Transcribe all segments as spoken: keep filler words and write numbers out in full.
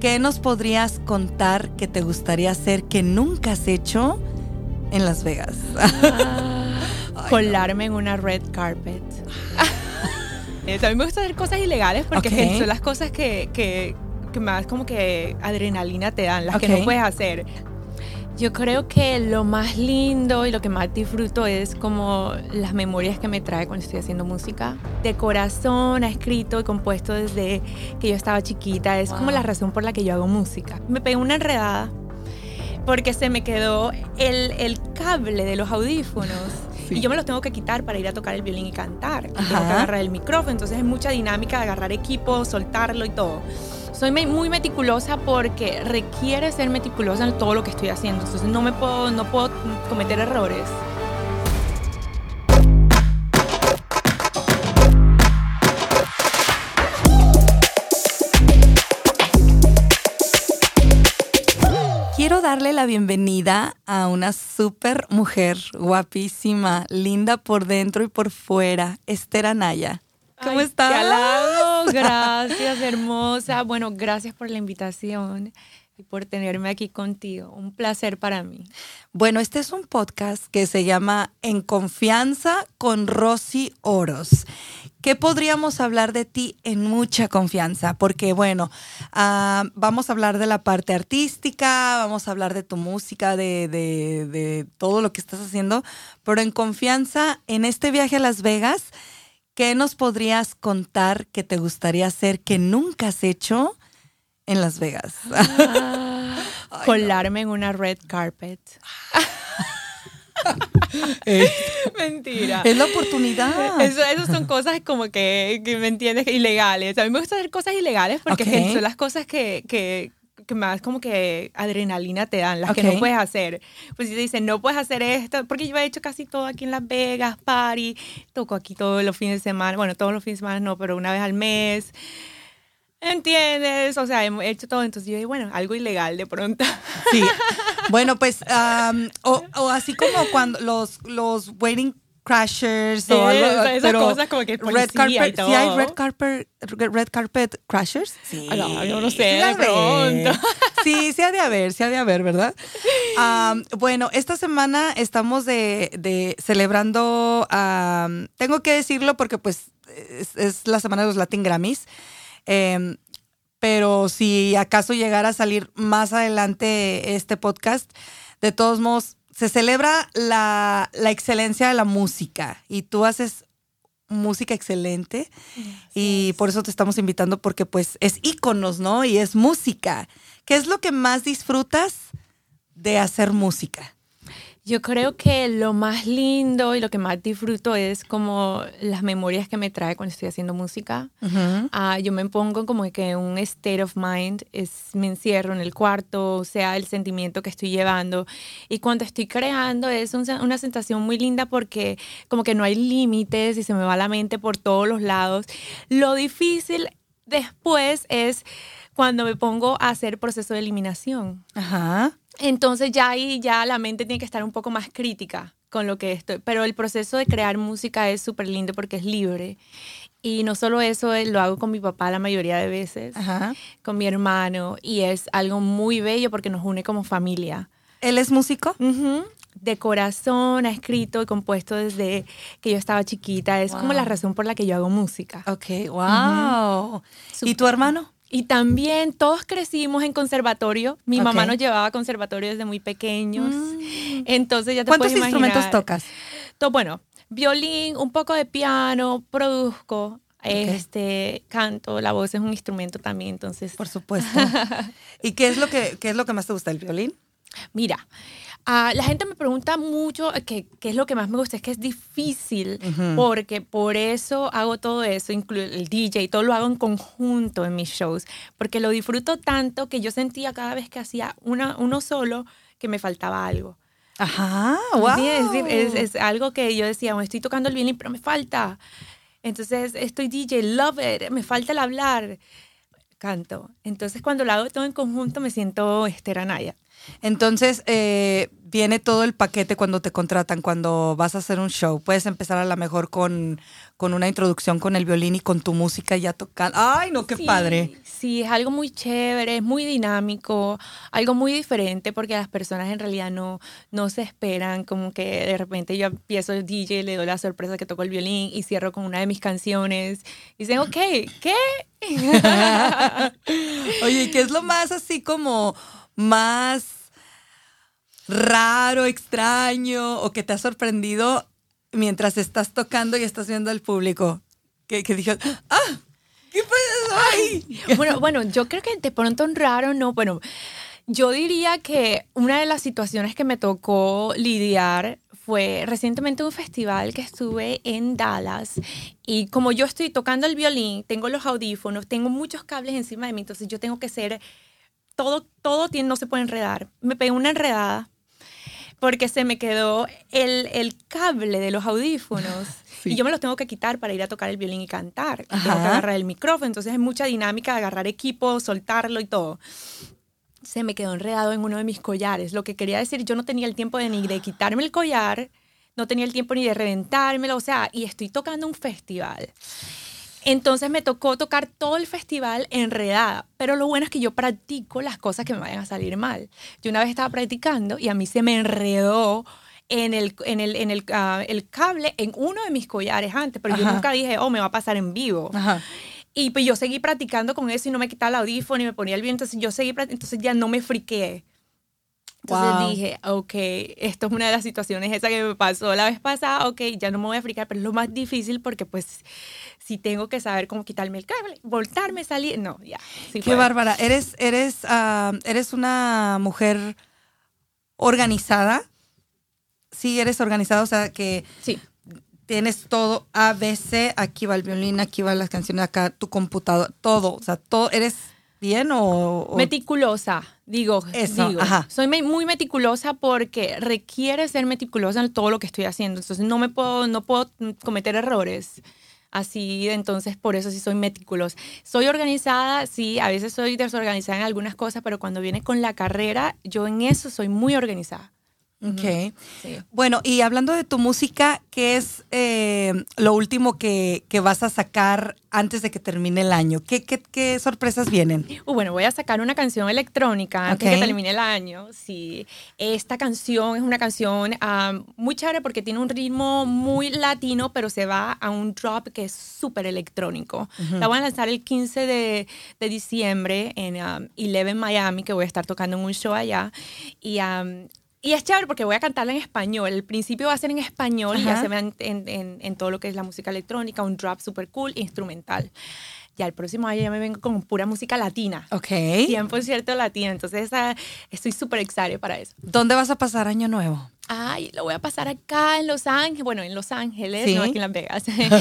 ¿qué nos podrías contar que te gustaría hacer que nunca has hecho en Las Vegas? Ah, Ay, colarme no. en una red carpet. A mí me gusta hacer cosas ilegales porque Okay. son las cosas que, que, que más como que adrenalina te dan, las Okay. que no puedes hacer. Yo creo que lo más lindo y lo que más disfruto es como las memorias que me trae cuando estoy haciendo música. De corazón, ha escrito y compuesto desde que yo estaba chiquita. Es Wow. como la razón por la que yo hago música. Me pegué una enredada porque se me quedó el, el cable de los audífonos. Sí. Y yo me los tengo que quitar para ir a tocar el violín y cantar. Y Ajá. tengo que agarrar el micrófono. Entonces es mucha dinámica de agarrar equipo, soltarlo y todo. Soy muy meticulosa porque requiere ser meticulosa en todo lo que estoy haciendo. Entonces no me puedo, no puedo cometer errores. Quiero darle la bienvenida a una súper mujer, guapísima, linda por dentro y por fuera, Esther Anaya. ¿Cómo Ay, estás? Te alabo, gracias, hermosa. Bueno, gracias por la invitación y por tenerme aquí contigo. Un placer para mí. Bueno, este es un podcast que se llama En Confianza con Rosy Oros. ¿Qué podríamos hablar de ti en mucha confianza? Porque, bueno, uh, vamos a hablar de la parte artística, vamos a hablar de tu música, de, de, de todo lo que estás haciendo, pero en confianza, en este viaje a Las Vegas, ¿qué nos podrías contar que te gustaría hacer que nunca has hecho en Las Vegas? Ah, Ay, colarme no. en una red carpet. Es, Mentira. es la oportunidad. Eso, eso son cosas como que, que ¿me entiendes? Ilegales. A mí me gusta hacer cosas ilegales porque Okay. son las cosas que... que que más como que adrenalina te dan, las Okay. que no puedes hacer. Pues si te dicen, no puedes hacer esto, porque yo he hecho casi todo aquí en Las Vegas, party, toco aquí todos los fines de semana, bueno, todos los fines de semana no, pero una vez al mes, ¿entiendes? O sea, hemos hecho todo, entonces yo dije, bueno, algo ilegal de pronto. Sí, bueno, pues, um, o, o así como cuando los, los Wedding Crashers o Sí, algo, esas pero cosas como que red policía carpet, y todo. ¿sí hay red carpet, red carpet crashers? Sí. No, yo no sé, sí de ha pronto. Sí, sí ha de haber, sí ha de haber, ¿verdad? Um, bueno, esta semana estamos de, de celebrando, um, tengo que decirlo porque pues es, es la semana de los Latin Grammys, um, pero si acaso llegara a salir más adelante este podcast, de todos modos, se celebra la, la excelencia de la música y tú haces música excelente. Gracias. Y por eso te estamos invitando porque pues es íconos, ¿no? Y es música. ¿Qué es lo que más disfrutas de hacer música? Yo creo que lo más lindo y lo que más disfruto es como las memorias que me trae cuando estoy haciendo música. Uh-huh. Uh, yo me pongo como que en un state of mind, es, me encierro en el cuarto, o sea, el sentimiento que estoy llevando. Y cuando estoy creando es un, una sensación muy linda porque como que no hay límites y se me va la mente por todos los lados. Lo difícil después es cuando me pongo a hacer proceso de eliminación. Ajá. Uh-huh. Entonces ya ahí ya la mente tiene que estar un poco más crítica con lo que estoy. Pero el proceso de crear música es súper lindo porque es libre. Y no solo eso, lo hago con mi papá la mayoría de veces, Ajá. con mi hermano. Y es algo muy bello porque nos une como familia. ¿Él es músico? Uh-huh. De corazón, ha escrito y compuesto desde que yo estaba chiquita. Es wow. como la razón por la que yo hago música. Ok, wow. Uh-huh. ¿Y tu hermano? Y también todos crecimos en conservatorio. Mi okay. mamá nos llevaba a conservatorio desde muy pequeños. Mm. Entonces ya te puedes imaginar. ¿Cuántos instrumentos tocas? Todo, bueno, violín, un poco de piano, produzco, okay. este, canto. La voz es un instrumento también, entonces. Por supuesto. ¿Y qué es lo que, qué es lo que más te gusta del violín? Mira, uh, la gente me pregunta mucho qué, qué es lo que más me gusta. Es que es difícil uh-huh. porque por eso hago todo eso, incluye el D J, todo lo hago en conjunto en mis shows, porque lo disfruto tanto que yo sentía cada vez que hacía una, uno solo que me faltaba algo. Ajá, wow. Es, es, es algo que yo decía, bueno, estoy tocando el violín, pero me falta. Entonces estoy D J, love it, me falta el hablar. Canto. Entonces, cuando lo hago todo en conjunto, me siento Esther Anaya. Entonces, eh, viene todo el paquete cuando te contratan, cuando vas a hacer un show. Puedes empezar a lo mejor con, con una introducción con el violín y con tu música ya tocando. ¡Ay, no, qué sí, padre! Sí, es algo muy chévere, es muy dinámico, algo muy diferente porque las personas en realidad no, no se esperan, como que de repente yo empiezo el D J, le doy la sorpresa que toco el violín y cierro con una de mis canciones y dicen, ok, ¿qué? Oye, ¿qué es lo más así como más raro, extraño o que te ha sorprendido mientras estás tocando y estás viendo al público? Que, que digas, ¡ah! ¿Qué pasa? ¡Ay! Bueno, bueno, yo creo que de pronto un raro, no, bueno, yo diría que una de las situaciones que me tocó lidiar fue recientemente un festival que estuve en Dallas y como yo estoy tocando el violín, tengo los audífonos, tengo muchos cables encima de mí, entonces yo tengo que ser, todo, todo tiene, no se puede enredar. Me pegué una enredada porque se me quedó el, el cable de los audífonos. Sí. Y yo me los tengo que quitar para ir a tocar el violín y cantar. Y tengo que agarrar el micrófono, entonces es mucha dinámica de agarrar equipo, soltarlo y todo. Se me quedó enredado en uno de mis collares. Lo que quería decir, yo no tenía el tiempo de ni de quitarme el collar, no tenía el tiempo ni de reventármelo, o sea, y estoy tocando un festival. Entonces me tocó tocar todo el festival enredada, pero lo bueno es que yo practico las cosas que me vayan a salir mal. Yo una vez estaba practicando y a mí se me enredó en el, en el, en el, uh, el cable en uno de mis collares antes, pero Ajá. yo nunca dije, oh, me va a pasar en vivo. Ajá. Y pues yo seguí practicando con eso y no me quitaba el audífono y me ponía el viento, entonces yo seguí practicando, entonces ya no me friqué. Entonces wow. dije, ok, esto es una de las situaciones esa que me pasó la vez pasada, ok, ya no me voy a fricar, pero es lo más difícil porque pues si tengo que saber cómo quitarme el cable, voltarme, salir, no, ya. Sí Qué bárbara, eres, eres, uh, eres una mujer organizada, sí, eres organizada, o sea que sí. tienes todo, A, B, C, aquí va el violín, aquí van las canciones, acá tu computadora, todo, o sea, todo, ¿eres bien o...? o... Meticulosa, digo, Eso, digo. Ajá. Soy muy meticulosa porque requiere ser meticulosa en todo lo que estoy haciendo, entonces no me puedo, no puedo cometer errores. Así, entonces, por eso sí soy meticulosa. Soy organizada, sí, a veces soy desorganizada en algunas cosas, pero cuando viene con la carrera, yo en eso soy muy organizada. Ok. Sí. Bueno, y hablando de tu música, ¿qué es eh, lo último que, que vas a sacar antes de que termine el año? ¿Qué, qué, qué sorpresas vienen? Uh, bueno, voy a sacar una canción electrónica antes okay. de que termine el año. Sí. Esta canción es una canción um, muy chévere porque tiene un ritmo muy latino, pero se va a un drop que es súper electrónico. Uh-huh. La voy a lanzar el quince de diciembre en um, Eleven Miami, que voy a estar tocando en un show allá. Y... Um, Y es chévere porque voy a cantarla en español. El principio va a ser en español Ajá. y ya se ve en, en, en, en todo lo que es la música electrónica, un drop super cool, instrumental. Ya el próximo año ya me vengo con pura música latina. Ok. cien por ciento latina. Entonces uh, estoy súper excited para eso. ¿Dónde vas a pasar Año Nuevo? Ay, lo voy a pasar acá en Los Ángeles. Bueno, en Los Ángeles, ¿Sí? no aquí en Las Vegas.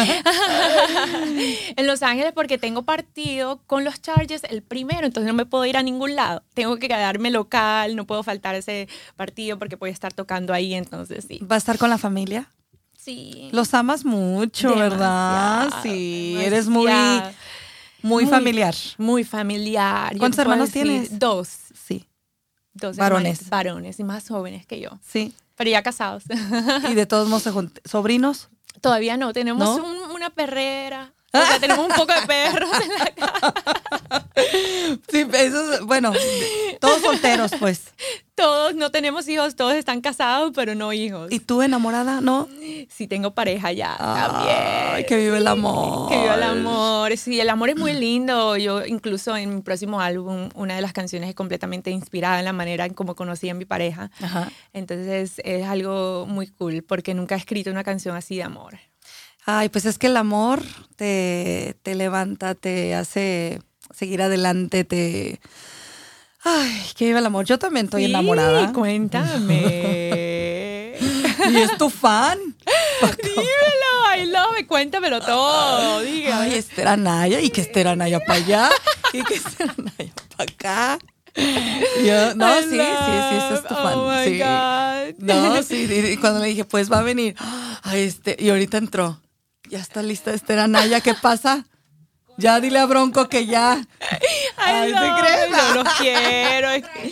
En Los Ángeles porque tengo partido con los Chargers el primero, entonces no me puedo ir a ningún lado. Tengo que quedarme local, no puedo faltar ese partido porque voy a estar tocando ahí, entonces sí. ¿Va a estar con la familia? Sí. Los amas mucho, demasiado, ¿verdad? Sí, demasiado. Eres muy, muy, muy familiar. Muy familiar. ¿Cuántos hermanos tienes? Dos. Sí. Dos varones. Hermanos, varones y más jóvenes que yo. Sí. Pero ya casados. ¿Y de todos modos sobrinos? Todavía no, tenemos ¿No? Un, una perrera. O sea, tenemos un poco de perros en la casa. Sí, eso es, bueno, todos solteros, pues. Todos, no tenemos hijos, todos están casados, pero no hijos. ¿Y tú enamorada, no? Sí, tengo pareja ya, Ay, también. Que vive el amor. Que vive el amor. Sí, el amor es muy lindo. Yo incluso en mi próximo álbum, una de las canciones es completamente inspirada en la manera en cómo conocí a mi pareja. Ajá. Entonces es algo muy cool porque nunca he escrito una canción así de amor. Ay, pues es que el amor te, te levanta, te hace seguir adelante, te... Ay, que viva el amor. Yo también estoy sí, enamorada. Cuéntame. ¿Y es tu fan? Dímelo, I love it, cuéntamelo todo. Dígame. Ay, Esther Anaya, y que Esther Anaya para allá, y que Esther Anaya para acá. Yo, no, I sí, love, sí, sí, ese es tu fan. Oh my sí. God. No, sí, y cuando le dije, pues va a venir. Ay, este, y ahorita entró. Ya está lista Esther Anaya, ¿qué pasa? Ya dile a Bronco que ya. Ay, Ay, no, ¿te crees? Yo los quiero.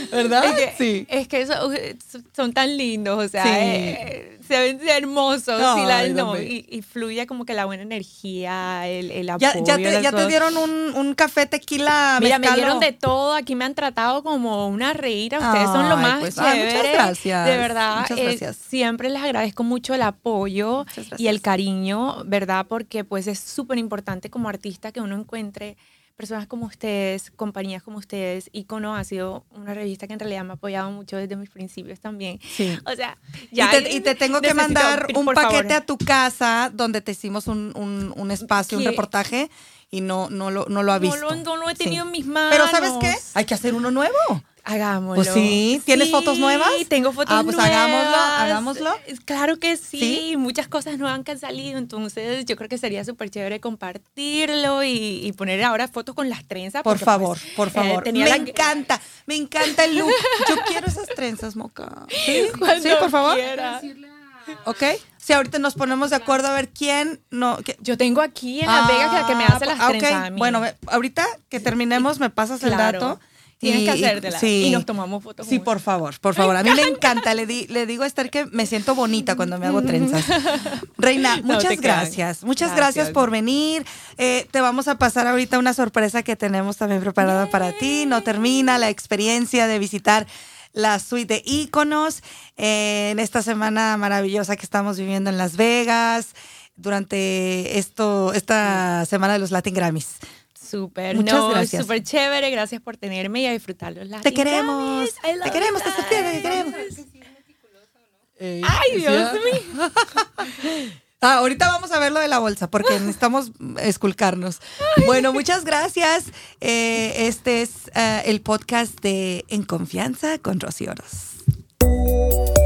¿Verdad? Es que, Sí. Es que eso, son tan lindos, o sea, Sí. eh, se ven hermosos. Ay, y, la, no, hombre. y, y fluye como que la buena energía, el, el Ya, apoyo. ya, te, las ya te cosas. dieron un, un café tequila Mira, me mezcalo? dieron de todo. Aquí me han tratado como una reíra. Ustedes son lo Ay, más pues, ay, chévere. muchas gracias. De verdad, Muchas eh, gracias. siempre les agradezco mucho el apoyo Muchas gracias. y el cariño, ¿verdad? Porque pues es súper importante como artista que uno encuentre personas como ustedes, compañías como ustedes. Ícono ha sido una revista que en realidad me ha apoyado mucho desde mis principios también. Sí. O sea, Y ya te, y te tengo que necesito- mandar un por paquete favor. a tu casa donde te hicimos un, un, un espacio, un ¿Qué? reportaje y no, no, lo, no lo ha No visto. lo, no lo he tenido Sí. en mis manos. Pero ¿sabes qué? Hay que hacer uno nuevo. Hagámoslo. Pues sí, ¿tienes Sí, fotos nuevas? Tengo fotos Ah, pues nuevas. hagámoslo, hagámoslo. Claro que sí, ¿Sí? muchas cosas nuevas que han salido, entonces yo creo que sería súper chévere compartirlo y, y poner ahora fotos con las trenzas. Por porque, favor, pues, por eh, favor. tenía me la- encanta, me encanta el look. Yo quiero esas trenzas, Moca. ¿Sí? Cuando Sí, por favor. quiera. ¿Ok? Sí, ahorita nos ponemos de acuerdo a ver quién no. que- Yo tengo aquí en Las Vegas que, que me hace las Ah, ok. trenzas a mí. Bueno, ve, ahorita que terminemos me pasas el Claro. dato. Tienes y- que y- hacértela. sí. Y nos tomamos fotos Sí, juntos. por favor, por favor. A mí me encanta. Le, di- le digo a Esther que me siento bonita cuando me hago trenzas. Reina, No, muchas te quedan. gracias. Muchas Gracias. gracias por venir. Eh, te vamos a pasar ahorita una sorpresa que tenemos también preparada para ti. No termina la experiencia de visitar la suite de íconos eh, en esta semana maravillosa que estamos viviendo en Las Vegas durante esto esta semana de los Latin Grammys. Súper, Muchas no, gracias. súper chévere. Gracias por tenerme y a disfrutar los Latin Te queremos, Grammys. I love te queremos, you Esther, te guys. queremos. Ey, Ay, ¿sí, Dios verdad? mío. Ah, ahorita vamos a ver lo de la bolsa porque necesitamos esculcarnos. Bueno, muchas gracias. Eh, este es eh, el podcast de En Confianza con Rosy Oros.